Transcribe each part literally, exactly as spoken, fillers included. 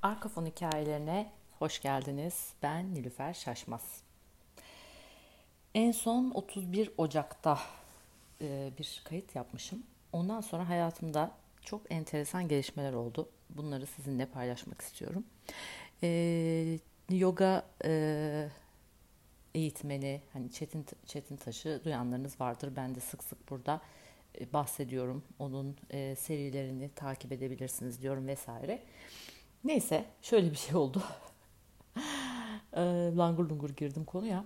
Arka fon hikayelerine hoş geldiniz. Ben Nilüfer Şaşmaz. En son otuz bir Ocak'ta e, bir kayıt yapmışım. Ondan sonra hayatımda çok enteresan gelişmeler oldu. Bunları sizinle paylaşmak istiyorum. E, yoga e, eğitmeni, hani Çetin Çetin Taş'ı duyanlarınız vardır. Ben de sık sık burada e, bahsediyorum. Onun e, serilerini takip edebilirsiniz diyorum vesaire. Neyse şöyle bir şey oldu. E, langur lungur girdim konuya.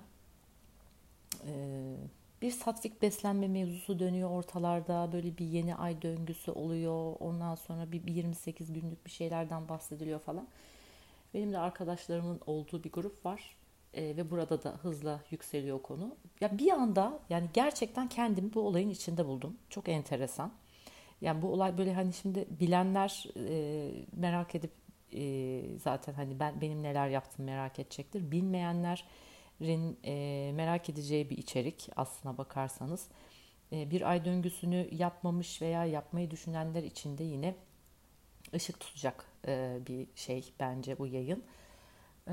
E, bir satvik beslenme mevzusu dönüyor ortalarda. Böyle bir yeni ay döngüsü oluyor. Ondan sonra bir, bir yirmi sekiz günlük bir şeylerden bahsediliyor falan. Benim de arkadaşlarımın olduğu bir grup var. E, ve burada da hızla yükseliyor konu. Ya bir anda yani gerçekten kendimi bu olayın içinde buldum. Çok enteresan. Yani bu olay böyle hani şimdi bilenler e, merak edip e, zaten hani ben benim neler yaptım merak edecektir. Bilmeyenlerin e, merak edeceği bir içerik aslına bakarsanız. E, bir ay döngüsünü yapmamış veya yapmayı düşünenler için de yine ışık tutacak e, bir şey bence bu yayın. E,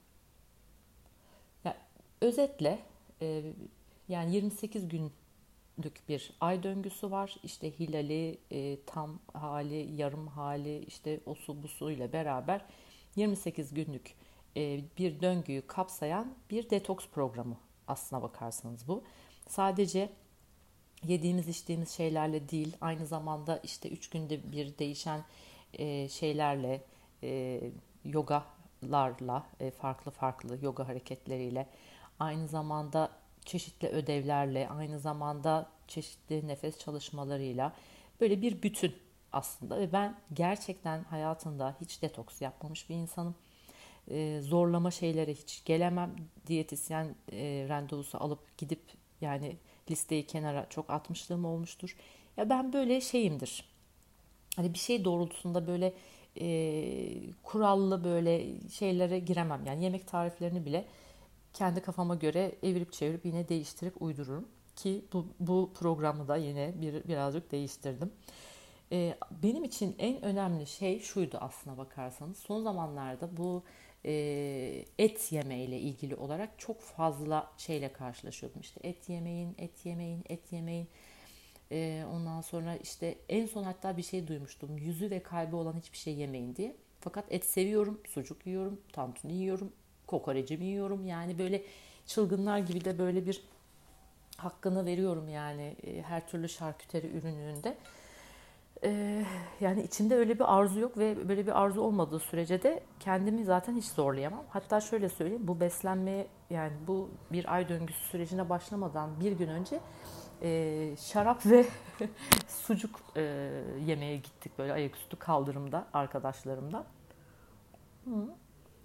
ya, özetle e, yani yirmi sekiz gün bir ay döngüsü var. İşte hilali, e, tam hali, yarım hali, işte o su bu su ile beraber yirmi sekiz günlük e, bir döngüyü kapsayan bir detoks programı aslına bakarsanız bu. Sadece yediğimiz içtiğimiz şeylerle değil, aynı zamanda işte üç günde bir değişen e, şeylerle, e, yogalarla, e, farklı farklı yoga hareketleriyle, aynı zamanda çeşitli ödevlerle, aynı zamanda çeşitli nefes çalışmalarıyla böyle bir bütün aslında. Ve ben gerçekten hayatımda hiç detoks yapmamış bir insanım. E, zorlama şeylere hiç gelemem. Diyetisyen e, randevusu alıp gidip yani listeyi kenara çok atmışlığım olmuştur. Ya ben böyle şeyimdir. Hani bir şey doğrultusunda böyle e, kurallı böyle şeylere giremem. Yani yemek tariflerini bile kendi kafama göre evirip çevirip yine değiştirip uydururum. Ki bu, bu programı da yine bir, birazcık değiştirdim. Ee, benim için en önemli şey şuydu aslına bakarsanız. Son zamanlarda bu e, et yemeğiyle ilgili olarak çok fazla şeyle karşılaşıyordum. İşte et yemeyin, et yemeyin, et yemeyin. Ee, ondan sonra işte en son hatta bir şey duymuştum. Yüzü ve kalbi olan hiçbir şey yemeyin diye. Fakat et seviyorum, sucuk yiyorum, tantuni yiyorum, kokorecimi yiyorum. Yani böyle çılgınlar gibi de böyle bir hakkını veriyorum yani e, her türlü şarküteri ürününde. Ee, yani içimde öyle bir arzu yok ve böyle bir arzu olmadığı sürece de kendimi zaten hiç zorlayamam. Hatta şöyle söyleyeyim, bu beslenmeye yani bu bir ay döngüsü sürecine başlamadan bir gün önce e, şarap ve sucuk e, yemeye gittik böyle ayaküstü kaldırımda arkadaşlarımla. Hı.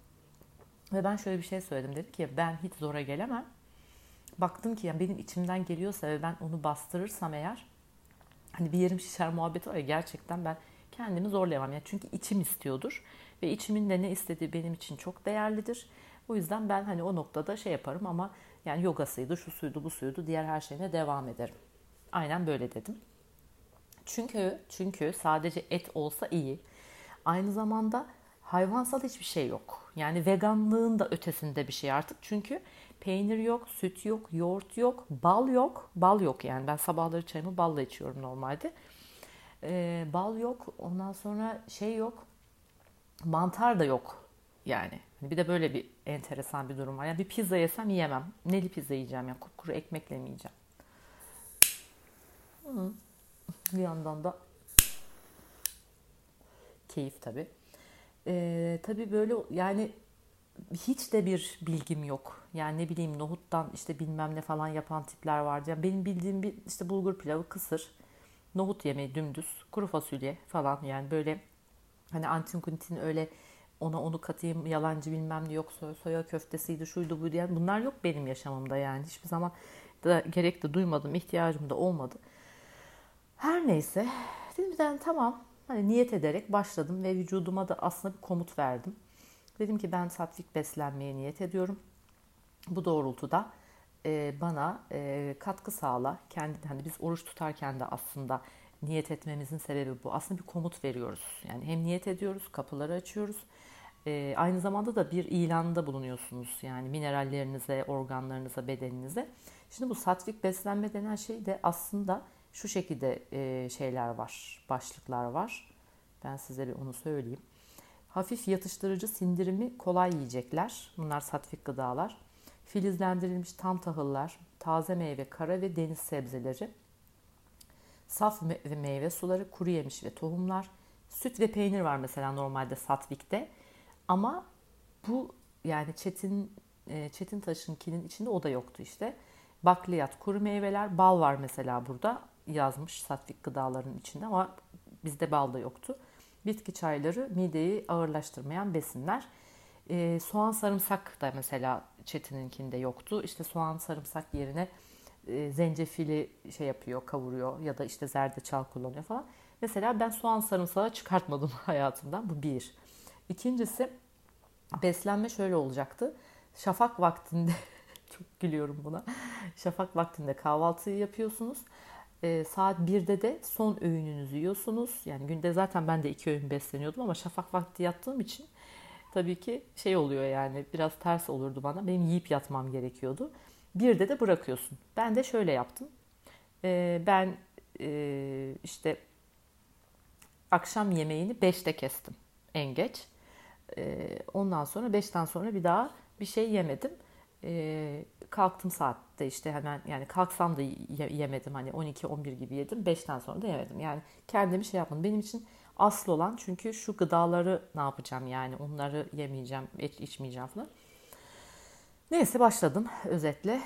Ve ben şöyle bir şey söyledim, dedim ki ben hiç zora gelemem. Baktım ki yani benim içimden geliyorsa ve ben onu bastırırsam eğer hani bir yerim şişer muhabbeti var ya, gerçekten ben kendimi zorlayamam. Yani çünkü içim istiyordur ve içimin de ne istediği benim için çok değerlidir. O yüzden ben hani o noktada şey yaparım ama yani yogasıydı, şu suydu, bu suydu, diğer her şeyine devam ederim. Aynen böyle dedim. Çünkü çünkü sadece et olsa iyi. Aynı zamanda hayvansal hiçbir şey yok. Yani veganlığın da ötesinde bir şey artık. Çünkü peynir yok, süt yok, yoğurt yok, bal yok. Bal yok yani. Ben sabahları çayımı balla içiyorum normalde. Ee, bal yok. Ondan sonra şey yok. Mantar da yok. Yani hani bir de böyle bir enteresan bir durum var. Yani bir pizza yesem yiyemem. Neli pizza yiyeceğim yani, kuru ekmekle mi yiyeceğim? Hı. Bir yandan da keyif tabii. Ee, tabii böyle yani hiç de bir bilgim yok. Yani ne bileyim, nohuttan işte bilmem ne falan yapan tipler vardı. Yani benim bildiğim bir işte bulgur pilavı, kısır, nohut yemeği dümdüz, kuru fasulye falan, yani böyle hani antin kuntin öyle ona onu katayım yalancı bilmem ne yok, soya, soya köftesiydi şuydu buydu, yani bunlar yok benim yaşamımda, yani hiçbir zaman da gerek de duymadım, ihtiyacım da olmadı. Her neyse, dedim ben tamam, hani niyet ederek başladım ve vücuduma da aslında bir komut verdim. Dedim ki ben satvik beslenmeye niyet ediyorum. Bu doğrultuda e, bana e, katkı sağla. Kendi, hani biz oruç tutarken de aslında niyet etmemizin sebebi bu. Aslında bir komut veriyoruz. Yani hem niyet ediyoruz, kapıları açıyoruz. E, aynı zamanda da bir ilanda bulunuyorsunuz. Yani minerallerinize, organlarınıza, bedeninize. Şimdi bu satvik beslenme denen şey de aslında şu şekilde e, şeyler var, başlıklar var. Ben size bir onu söyleyeyim. Hafif yatıştırıcı, sindirimi kolay yiyecekler. Bunlar satvik gıdalar. Filizlendirilmiş tam tahıllar, taze meyve, kara ve deniz sebzeleri, saf ve meyve suları, kuru yemiş ve tohumlar, süt ve peynir var mesela normalde satvikte. Ama bu yani Çetin e, Çetin Taş'ınkinin içinde o da yoktu işte. Bakliyat, kuru meyveler, bal var mesela burada yazmış satvik gıdaların içinde ama bizde bal da yoktu. Bitki çayları mideyi ağırlaştırmayan besinler. E, soğan sarımsak da mesela Çetin'inkinde yoktu. İşte soğan sarımsak yerine e, zencefili şey yapıyor, kavuruyor ya da işte zerdeçal kullanıyor falan. Mesela ben soğan sarımsağı çıkartmadım hayatımdan. Bu bir. İkincisi beslenme şöyle olacaktı. Şafak vaktinde çok gülüyorum buna. Şafak vaktinde kahvaltıyı yapıyorsunuz. E, saat birde de son öğününüzü yiyorsunuz. Yani günde zaten ben de iki öğün besleniyordum ama şafak vakti yattığım için tabii ki şey oluyor yani biraz ters olurdu bana. Benim yiyip yatmam gerekiyordu. Birde de bırakıyorsun. Ben de şöyle yaptım. E, ben e, işte akşam yemeğini beşte kestim en geç. E, ondan sonra beşten sonra bir daha bir şey yemedim. E, kalktım saatte işte hemen yani kalksam da yemedim hani on iki on bir gibi yedim. beşten sonra da yemedim. Yani kendimi şey yapmadım. Benim için asıl olan çünkü şu gıdaları ne yapacağım yani onları yemeyeceğim, iç, içmeyeceğim falan. Neyse başladım özetle.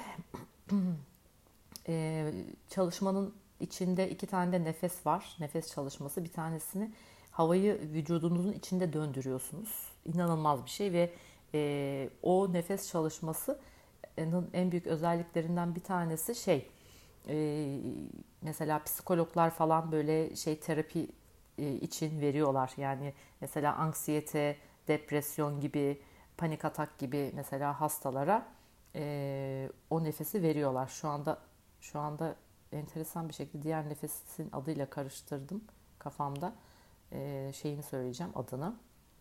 Ee, çalışmanın içinde iki tane de nefes var. Nefes çalışması. Bir tanesini havayı vücudunuzun içinde döndürüyorsunuz. İnanılmaz bir şey ve e, o nefes çalışması en büyük özelliklerinden bir tanesi şey e, mesela psikologlar falan böyle şey terapi e, için veriyorlar. Yani mesela anksiyete, depresyon gibi, panik atak gibi mesela hastalara e, o nefesi veriyorlar. Şu anda şu anda enteresan bir şekilde diğer nefesin adıyla karıştırdım kafamda. E, şeyini söyleyeceğim adını.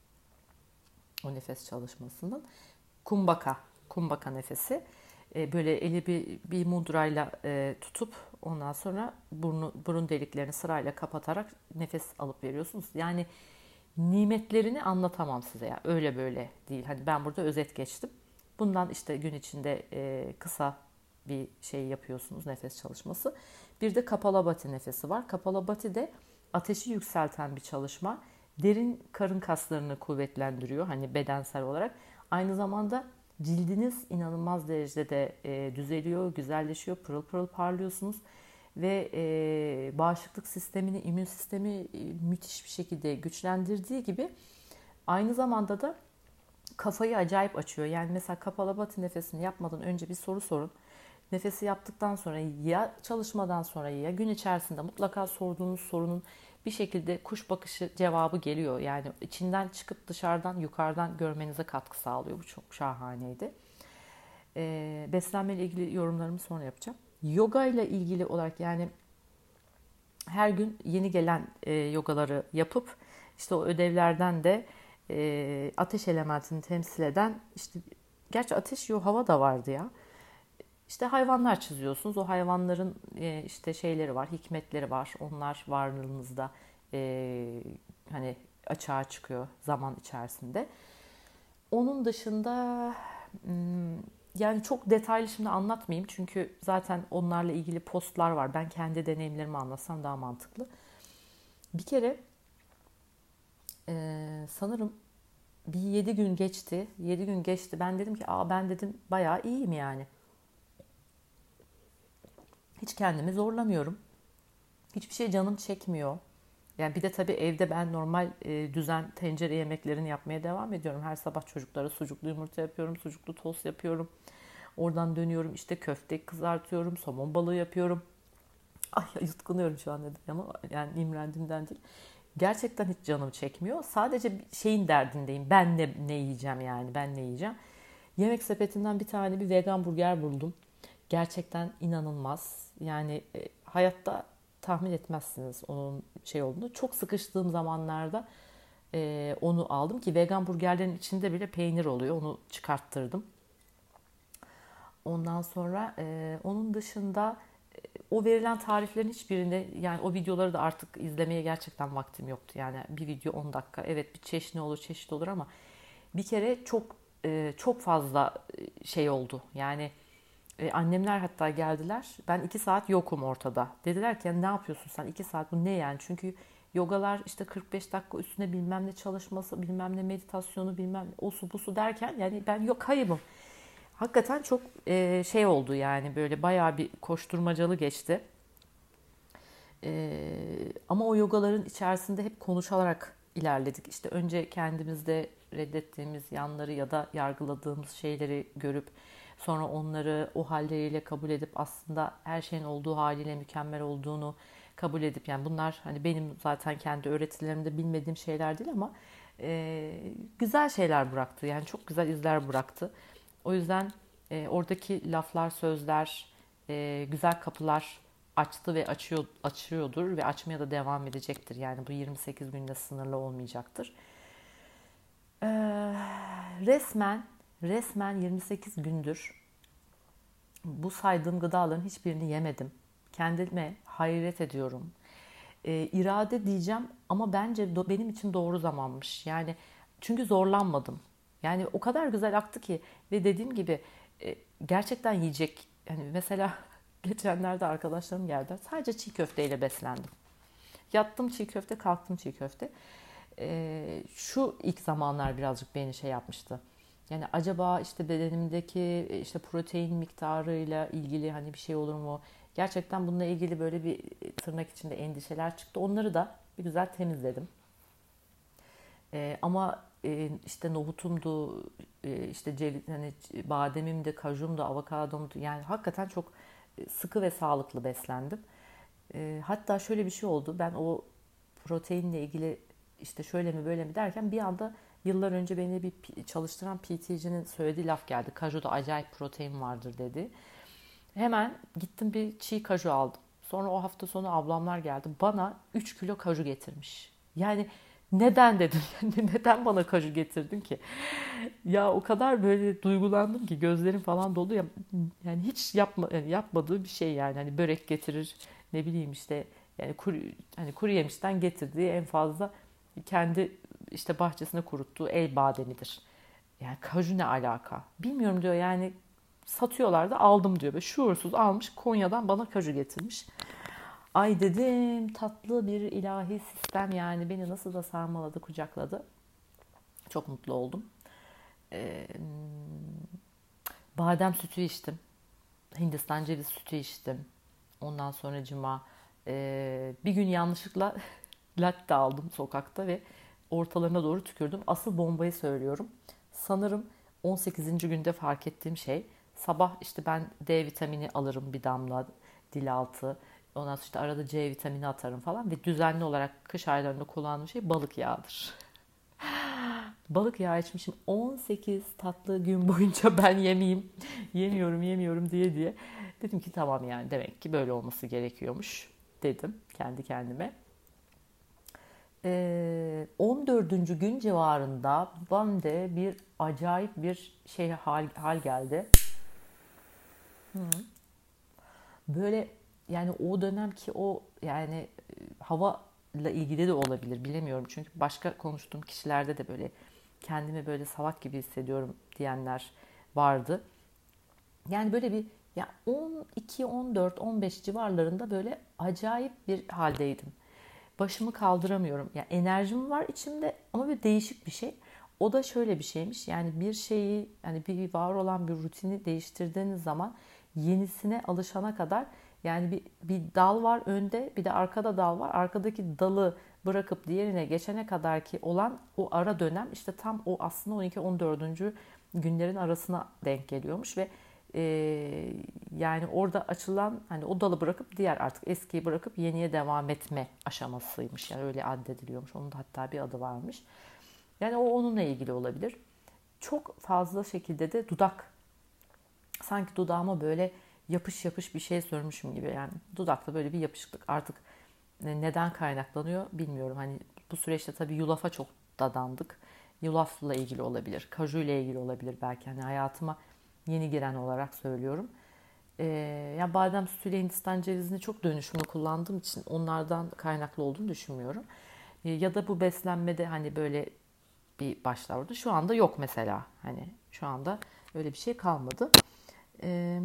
O nefes çalışmasının. Kumbaka. Kumbaka nefesi. E, böyle eli bir, bir mudrayla e, tutup ondan sonra burnu, burun deliklerini sırayla kapatarak nefes alıp veriyorsunuz. Yani nimetlerini anlatamam size ya. Öyle böyle değil. Hani ben burada özet geçtim. Bundan işte gün içinde e, kısa bir şey yapıyorsunuz nefes çalışması. Bir de Kapalabhati nefesi var. Kapalabhati de ateşi yükselten bir çalışma. Derin karın kaslarını kuvvetlendiriyor hani bedensel olarak. Aynı zamanda cildiniz inanılmaz derecede e, düzeliyor, güzelleşiyor, pırıl pırıl parlıyorsunuz. Ve e, bağışıklık sistemini, immün sistemi e, müthiş bir şekilde güçlendirdiği gibi aynı zamanda da kafayı acayip açıyor. Yani mesela Kapalabhati nefesini yapmadan önce bir soru sorun. Nefesi yaptıktan sonra ya çalışmadan sonra ya gün içerisinde mutlaka sorduğunuz sorunun bir şekilde kuş bakışı cevabı geliyor. Yani içinden çıkıp dışarıdan yukarıdan görmenize katkı sağlıyor. Bu çok şahaneydi. Ee, beslenme ile ilgili yorumlarımı sonra yapacağım. Yoga ile ilgili olarak yani her gün yeni gelen e, yogaları yapıp işte o ödevlerden de e, ateş elementini temsil eden işte gerçi ateş yok hava da vardı ya. İşte hayvanlar çiziyorsunuz. O hayvanların e, işte şeyleri var, hikmetleri var. Onlar varlığınızda e, hani açığa çıkıyor zaman içerisinde. Onun dışında yani çok detaylı şimdi anlatmayayım. Çünkü zaten onlarla ilgili postlar var. Ben kendi deneyimlerimi anlatsam daha mantıklı. Bir kere e, sanırım bir yedi gün geçti. Yedi gün geçti. Ben dedim ki aa ben dedim bayağı iyiyim yani. Hiç kendimi zorlamıyorum. Hiçbir şey canım çekmiyor. Yani bir de tabii evde ben normal e, düzen tencere yemeklerini yapmaya devam ediyorum. Her sabah çocuklara sucuklu yumurta yapıyorum, sucuklu tost yapıyorum. Oradan dönüyorum işte köfte kızartıyorum, somon balığı yapıyorum. Ay yutkunuyorum şu an dedim ama yani imrendiğimden değil. Gerçekten hiç canım çekmiyor. Sadece şeyin derdindeyim. Ben ne, ne yiyeceğim yani ben ne yiyeceğim. Yemek sepetinden bir tane bir vegan burger buldum. Gerçekten inanılmaz. Yani e, hayatta tahmin etmezsiniz onun şey olduğunu. Çok sıkıştığım zamanlarda Ee, onu aldım ki vegan burgerlerin içinde bile peynir oluyor. Onu çıkarttırdım. Ondan sonra e, onun dışında o verilen tariflerin hiçbirinde, yani o videoları da artık izlemeye gerçekten vaktim yoktu. Yani bir video on dakika, evet bir çeşni olur çeşit olur ama bir kere çok e, çok fazla e, şey oldu. Yani e, annemler hatta geldiler. Ben iki saat yokum ortada. Dediler ki yani ne yapıyorsun sen iki saat, bu ne yani? Çünkü yogalar işte kırk beş dakika üstüne bilmem ne çalışması, bilmem ne meditasyonu, bilmem ne o su bu su derken yani ben yok kaybım. Hakikaten çok e, şey oldu yani, böyle bayağı bir koşturmacalı geçti. E, Ama o yogaların içerisinde hep konuşarak ilerledik. İşte önce kendimizde reddettiğimiz yanları ya da yargıladığımız şeyleri görüp sonra onları o halleriyle kabul edip aslında her şeyin olduğu haliyle mükemmel olduğunu kabul edip, yani bunlar hani benim zaten kendi öğretilerimde bilmediğim şeyler değil ama e, güzel şeyler bıraktı. Yani çok güzel izler bıraktı. O yüzden e, oradaki laflar, sözler, e, güzel kapılar açtı ve açıyor, açıyordur ve açmaya da devam edecektir. Yani bu yirmi sekiz günde sınırlı olmayacaktır. Ee, resmen resmen yirmi sekiz gündür bu saydığım gıdaların hiçbirini yemedim. Kendime hayret ediyorum. Ee, irade diyeceğim ama bence do- benim için doğru zamanmış. Yani çünkü zorlanmadım. Yani o kadar güzel aktı ki ve dediğim gibi e, gerçekten yiyecek. Yani mesela geçenlerde arkadaşlarım geldiler. Sadece çiğ köfteyle beslendim. Yattım çiğ köfte, kalktım çiğ köfte. Ee, şu ilk zamanlar birazcık beni şey yapmıştı. Yani acaba işte bedenimdeki işte protein miktarıyla ilgili hani bir şey olur mu? Gerçekten bununla ilgili böyle bir tırnak içinde endişeler çıktı. Onları da bir güzel temizledim. Ee, ama e, işte nohutumdu, e, işte ceviz, hani bademimdi, kajumdu, avokadomdu. Yani hakikaten çok sıkı ve sağlıklı beslendim. E, hatta şöyle bir şey oldu. Ben o proteinle ilgili işte şöyle mi böyle mi derken bir anda yıllar önce beni bir çalıştıran P T'cinin söylediği laf geldi. Kaju'da acayip protein vardır dedi. Hemen gittim bir çiğ kaju aldım. Sonra o hafta sonu ablamlar geldi. Bana üç kilo kaju getirmiş. Yani neden dedim. Yani neden bana kaju getirdin ki? Ya o kadar böyle duygulandım ki gözlerim falan doldu ya. Yani hiç yapma, yani yapmadığı bir şey yani. Hani börek getirir, ne bileyim işte, yani kuru, hani kuru yemişten getirdiği en fazla kendi işte bahçesinde kuruttuğu el bademidir. Yani kaju ne alaka? Bilmiyorum diyor yani, satıyorlar da aldım diyor. Böyle şuursuz almış Konya'dan bana kaju getirmiş. Ay dedim, tatlı bir ilahi sistem yani, beni nasıl da sarmaladı, kucakladı. Çok mutlu oldum. Ee, Badem sütü içtim. Hindistan ceviz sütü içtim. Ondan sonra cuma e, bir gün yanlışlıkla latte aldım sokakta ve ortalarına doğru tükürdüm. Asıl bombayı söylüyorum. Sanırım on sekizinci günde fark ettiğim şey, sabah işte ben D vitamini alırım bir damla dil altı. Ondan sonra işte arada C vitamini atarım falan ve düzenli olarak kış aylarında kullandığım şey balık yağıdır. Balık yağı içmişim on sekiz tatlı gün boyunca, ben yemeyeyim, yemiyorum yemiyorum diye diye. Dedim ki tamam, yani demek ki böyle olması gerekiyormuş dedim kendi kendime. Ee, on dördüncü gün civarında bende bir acayip bir şey hal, hal geldi. Böyle yani o dönemki o yani e, hava ile ilgili de olabilir, bilemiyorum. Çünkü başka konuştuğum kişilerde de böyle kendimi böyle salak gibi hissediyorum diyenler vardı. Yani böyle bir, ya on iki, on dört, on beş civarlarında böyle acayip bir haldeydim. Başımı kaldıramıyorum. Yani enerjim var içimde ama bir değişik bir şey. O da şöyle bir şeymiş. Yani bir şeyi, yani bir var olan bir rutini değiştirdiğiniz zaman yenisine alışana kadar, yani bir, bir dal var önde, bir de arkada dal var. Arkadaki dalı bırakıp diğerine geçene kadar ki olan o ara dönem işte tam o aslında on iki on dördüncü günlerin arasına denk geliyormuş ve e, yani orada açılan hani o dalı bırakıp diğer artık eskiyi bırakıp yeniye devam etme aşamasıymış. Yani öyle addediliyormuş. Onun da hatta bir adı varmış. Yani o onunla ilgili olabilir. Çok fazla şekilde de dudak, sanki dudağıma böyle yapış yapış bir şey sürmüşüm gibi. Yani dudakta böyle bir yapışıklık, artık neden kaynaklanıyor bilmiyorum. Hani bu süreçte tabii yulafa çok dadandık. Yulafla ilgili olabilir, kaju ile ilgili olabilir belki. Hani hayatıma yeni giren olarak söylüyorum. Ee, ya badem sütüyle Hindistan cevizini çok dönüşümlü kullandığım için onlardan kaynaklı olduğunu düşünmüyorum. Ee, ya da bu beslenmede hani böyle bir başlar orada. Şu anda yok mesela. Hani şu anda öyle bir şey kalmadı. Ee,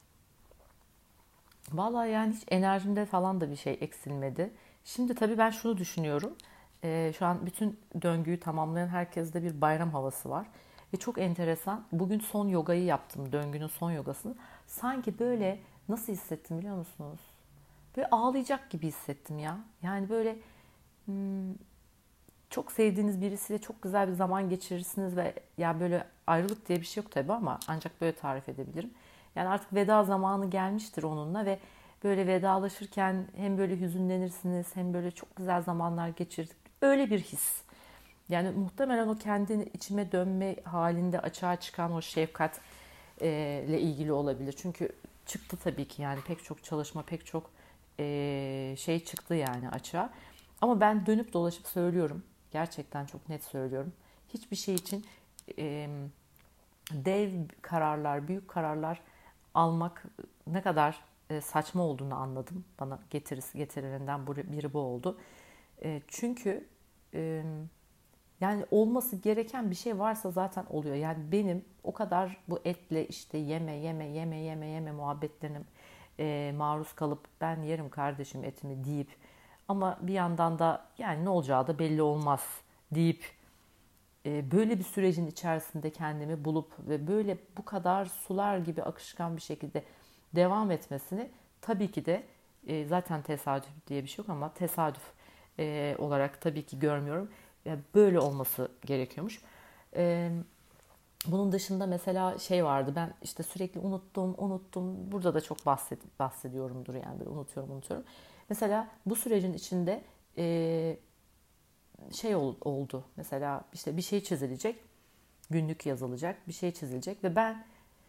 Vallahi yani hiç enerjimde falan da bir şey eksilmedi. Şimdi tabii ben şunu düşünüyorum. Ee, şu an bütün döngüyü tamamlayan herkeste bir bayram havası var. Ve çok enteresan. Bugün son yogayı yaptım. Döngünün son yogasını. Sanki böyle nasıl hissettim biliyor musunuz? Böyle ağlayacak gibi hissettim ya. Yani böyle hmm, çok sevdiğiniz birisiyle çok güzel bir zaman geçirirsiniz ve ya böyle ayrılık diye bir şey yok tabii ama ancak böyle tarif edebilirim. Yani artık veda zamanı gelmiştir onunla ve böyle vedalaşırken hem böyle hüzünlenirsiniz hem böyle çok güzel zamanlar geçirdik. Öyle bir his. Yani muhtemelen o kendini içime dönme halinde açığa çıkan o şefkat e, ile ilgili olabilir. Çünkü çıktı tabii ki yani pek çok çalışma, pek çok e, şey çıktı yani açığa. Ama ben dönüp dolaşıp söylüyorum. Gerçekten çok net söylüyorum. Hiçbir şey için e, dev kararlar, büyük kararlar almak ne kadar e, saçma olduğunu anladım. Bana getirisi getirilerinden biri bu oldu. E, çünkü e, yani olması gereken bir şey varsa zaten oluyor. Yani benim o kadar bu etle işte yeme yeme yeme yeme yeme muhabbetlerine e, maruz kalıp ben yerim kardeşim etimi deyip ama bir yandan da yani ne olacağı da belli olmaz deyip e, böyle bir sürecin içerisinde kendimi bulup ve böyle bu kadar sular gibi akışkan bir şekilde devam etmesini tabii ki de e, zaten tesadüf diye bir şey yok ama tesadüf e, olarak tabii ki görmüyorum. Ya böyle olması gerekiyormuş. E, Bunun dışında mesela şey vardı. Ben işte sürekli unuttum, unuttum. Burada da çok bahsed bahsediyorumdur yani böyle unutuyorum, unutuyorum. Mesela bu sürecin içinde e, şey ol, oldu. Mesela işte bir şey çizilecek, günlük yazılacak, bir şey çizilecek ve ben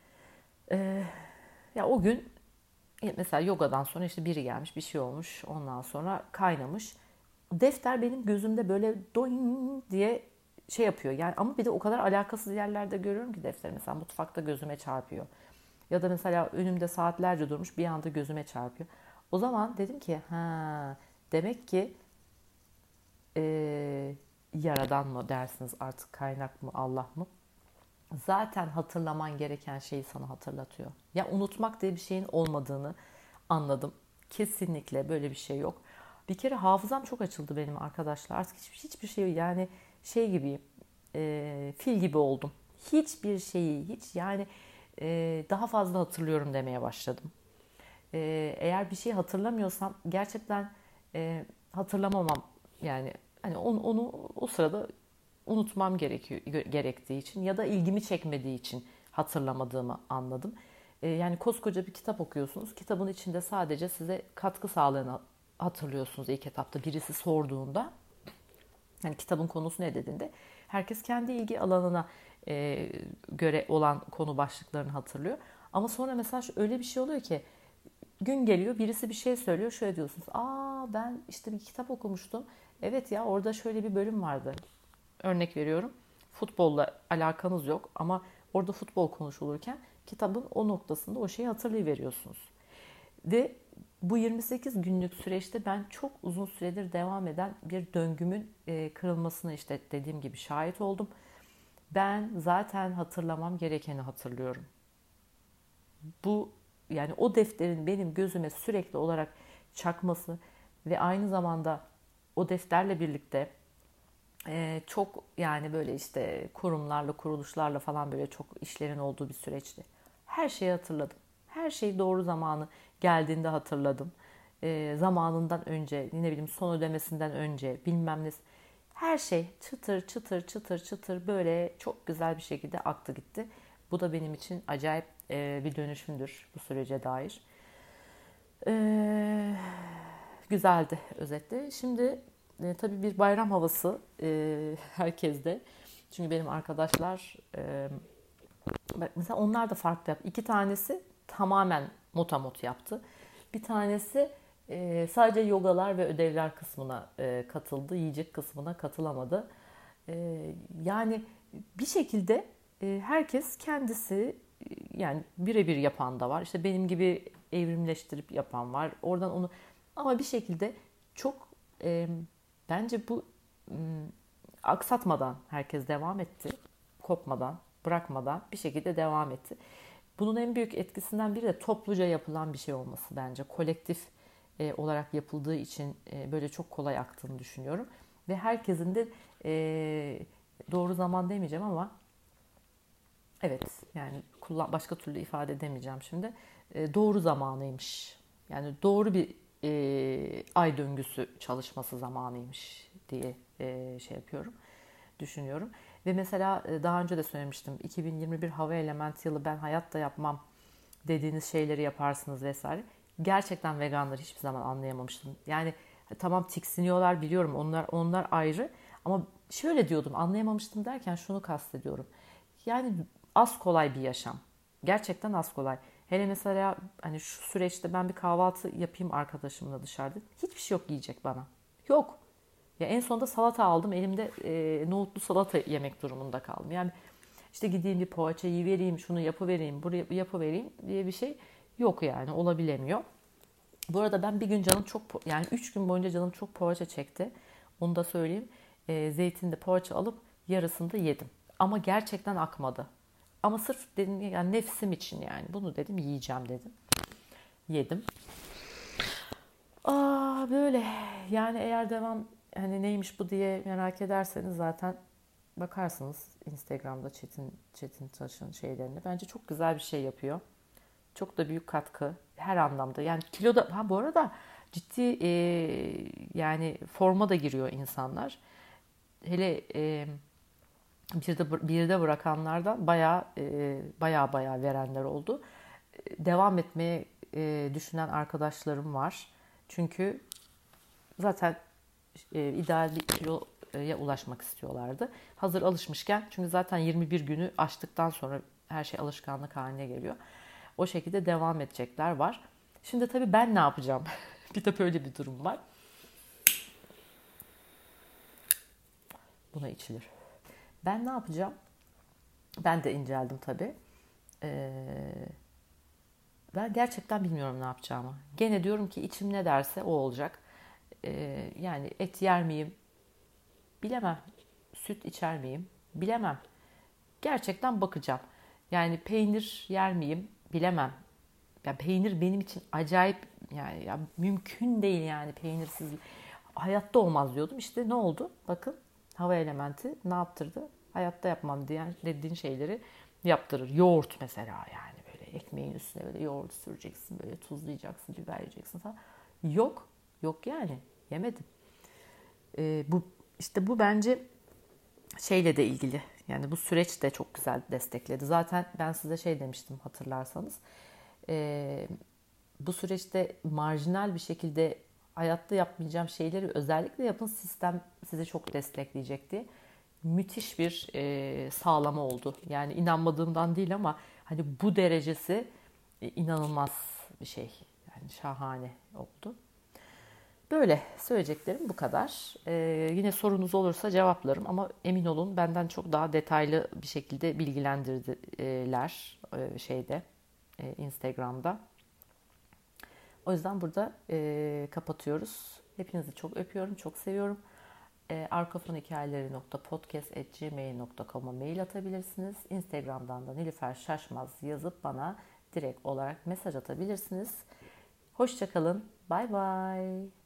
e, ya o gün mesela yogadan sonra işte biri gelmiş, bir şey olmuş, ondan sonra kaynamış. Defter benim gözümde böyle doing diye şey yapıyor. Yani ama bir de o kadar alakasız yerlerde görüyorum ki defteri. Mesela mutfakta gözüme çarpıyor. Ya da mesela önümde saatlerce durmuş bir anda gözüme çarpıyor. O zaman dedim ki ha demek ki e, yaradan mı dersiniz artık kaynak mı Allah mı? Zaten hatırlaman gereken şeyi sana hatırlatıyor. Ya unutmak diye bir şeyin olmadığını anladım. Kesinlikle böyle bir şey yok. Bir kere hafızam çok açıldı benim arkadaşlar. Artık hiçbir, hiçbir şey yani şey gibiyim. E, fil gibi oldum. Hiçbir şeyi hiç yani e, daha fazla hatırlıyorum demeye başladım. E, eğer bir şey hatırlamıyorsam gerçekten e, hatırlamamam yani hani onu, onu o sırada unutmam gerekiyor gerektiği için ya da ilgimi çekmediği için hatırlamadığımı anladım. E, yani koskoca bir kitap okuyorsunuz. Kitabın içinde sadece size katkı sağlayanı hatırlıyorsunuz ilk etapta birisi sorduğunda. Yani kitabın konusu ne dediğinde herkes kendi ilgi alanına e, göre olan konu başlıklarını hatırlıyor. Ama sonra mesela öyle bir şey oluyor ki gün geliyor birisi bir şey söylüyor şöyle diyorsunuz. Aa ben işte bir kitap okumuştum. Evet ya orada şöyle bir bölüm vardı. Örnek veriyorum. Futbolla alakanız yok ama orada futbol konuşulurken kitabın o noktasında o şeyi hatırlayıveriyorsunuz. Ve bu yirmi sekiz günlük süreçte ben çok uzun süredir devam eden bir döngümün e, kırılmasına işte dediğim gibi şahit oldum. Ben zaten hatırlamam gerekeni hatırlıyorum. Bu yani o defterin benim gözüme sürekli olarak çakması ve aynı zamanda o defterle birlikte e, çok yani böyle işte kurumlarla kuruluşlarla falan böyle çok işlerin olduğu bir süreçti. Her şeyi hatırladım. Her şeyi doğru zamanı geldiğinde hatırladım. E, zamanından önce, ne bileyim son ödemesinden önce bilmem ne. Her şey çıtır çıtır çıtır çıtır böyle çok güzel bir şekilde aktı gitti. Bu da benim için acayip e, bir dönüşümdür bu sürece dair. E, Güzeldi özetle. Şimdi e, tabii bir bayram havası e, herkeste. Çünkü benim arkadaşlar e, mesela onlar da farklı yaptı. İki tanesi tamamen motamot yaptı. Bir tanesi e, sadece yogalar ve ödevler kısmına e, katıldı. Yiyecek kısmına katılamadı. Ee, yani bir şekilde e, herkes kendisi, e, yani birebir yapan da var. İşte benim gibi evrimleştirip yapan var. Oradan onu, ama bir şekilde çok e, bence bu m, aksatmadan herkes devam etti. Kopmadan, bırakmadan bir şekilde devam etti. Bunun en büyük etkisinden biri de topluca yapılan bir şey olması bence. Kolektif e, olarak yapıldığı için e, böyle çok kolay aktığını düşünüyorum. Ve herkesin de e, doğru zaman demeyeceğim ama evet, yani kullan, başka türlü ifade edemeyeceğim şimdi. E, doğru zamanıymış. Yani doğru bir e, ay döngüsü çalışması zamanıymış diye e, şey yapıyorum, düşünüyorum. Ve mesela e, daha önce de söylemiştim. iki bin yirmi bir hava elementi yılı, ben hayatta yapmam dediğiniz şeyleri yaparsınız vesaire. Gerçekten veganları hiçbir zaman anlayamamıştım. Yani tamam, tiksiniyorlar biliyorum, onlar onlar ayrı, ama şöyle diyordum, anlayamamıştım derken şunu kastediyorum. Yani az kolay bir yaşam. Gerçekten az kolay. Hele mesela hani şu süreçte ben bir kahvaltı yapayım arkadaşımla dışarıda. Hiçbir şey yok yiyecek bana. Yok. Ya en sonunda salata aldım. Elimde e, nohutlu salata yemek durumunda kaldım. Yani işte gideyim bir poğaça yiyivereyim, şunu yapıvereyim, buraya yapıvereyim diye bir şey yok, yani olabilemiyor. Bu arada ben bir gün canım çok, yani üç gün boyunca canım çok poğaça çekti. Onu da söyleyeyim. E, zeytinde poğaça alıp yarısını da yedim. Ama gerçekten akmadı. Ama sırf dedim, yani nefsim için, yani bunu dedim yiyeceğim dedim. Yedim. Aa, böyle yani, eğer devam, hani neymiş bu diye merak ederseniz zaten bakarsınız Instagram'da Çetin Çetin Taş'ın şeylerini. Bence çok güzel bir şey yapıyor. Çok da büyük katkı her anlamda. Yani kiloda, ha bu arada ciddi e, yani forma da giriyor insanlar. Hele e, bir de bir de bırakanlardan bayağı e, bayağı bayağı verenler oldu. E, devam etmeye e, düşünen arkadaşlarım var. Çünkü zaten e, ideal bir kiloya ulaşmak istiyorlardı. Hazır alışmışken, çünkü zaten yirmi bir günü aştıktan sonra her şey alışkanlık haline geliyor. O şekilde devam edecekler var. Şimdi tabii ben ne yapacağım? Bir de böyle bir durum var. Buna içilir. Ben ne yapacağım? Ben de inceldim tabii. Ee, ben gerçekten bilmiyorum ne yapacağımı. Gene diyorum ki içim ne derse o olacak. Ee, yani et yer miyim? Bilemem. Süt içer miyim? Bilemem. Gerçekten bakacağım. Yani peynir yer miyim? Bilemem. Ya peynir benim için acayip, yani ya mümkün değil, yani peynirsiz hayatta olmaz diyordum. İşte ne oldu? Bakın, hava elementi ne yaptırdı? Hayatta yapmam diyen dediğin şeyleri yaptırır. Yoğurt mesela, yani böyle ekmeğin üstüne böyle yoğurt süreceksin, böyle tuzlayacaksın, biber yiyeceksin falan. Yok. Yok yani. Yemedim. Ee, bu işte bu bence şeyle de ilgili. Yani bu süreç de çok güzel destekledi. Zaten ben size şey demiştim, hatırlarsanız. Ee, bu süreçte marjinal bir şekilde hayatta yapmayacağım şeyleri özellikle yapın, sistem sizi çok destekleyecek diye. Müthiş bir e, sağlama oldu. Yani inanmadığımdan değil ama hani bu derecesi e, inanılmaz bir şey. Yani şahane oldu. Böyle söyleyeceklerim bu kadar. Ee, yine sorunuz olursa cevaplarım, ama emin olun benden çok daha detaylı bir şekilde bilgilendirdiler e, şeyde, e, Instagram'da. O yüzden burada e, kapatıyoruz. Hepinizi çok öpüyorum, çok seviyorum. E, arkafonhikayeleri nokta podcast at gmail nokta com'a mail atabilirsiniz. Instagram'dan da Nilüfer Şaşmaz yazıp bana direkt olarak mesaj atabilirsiniz. Hoşça kalın. Bye bye.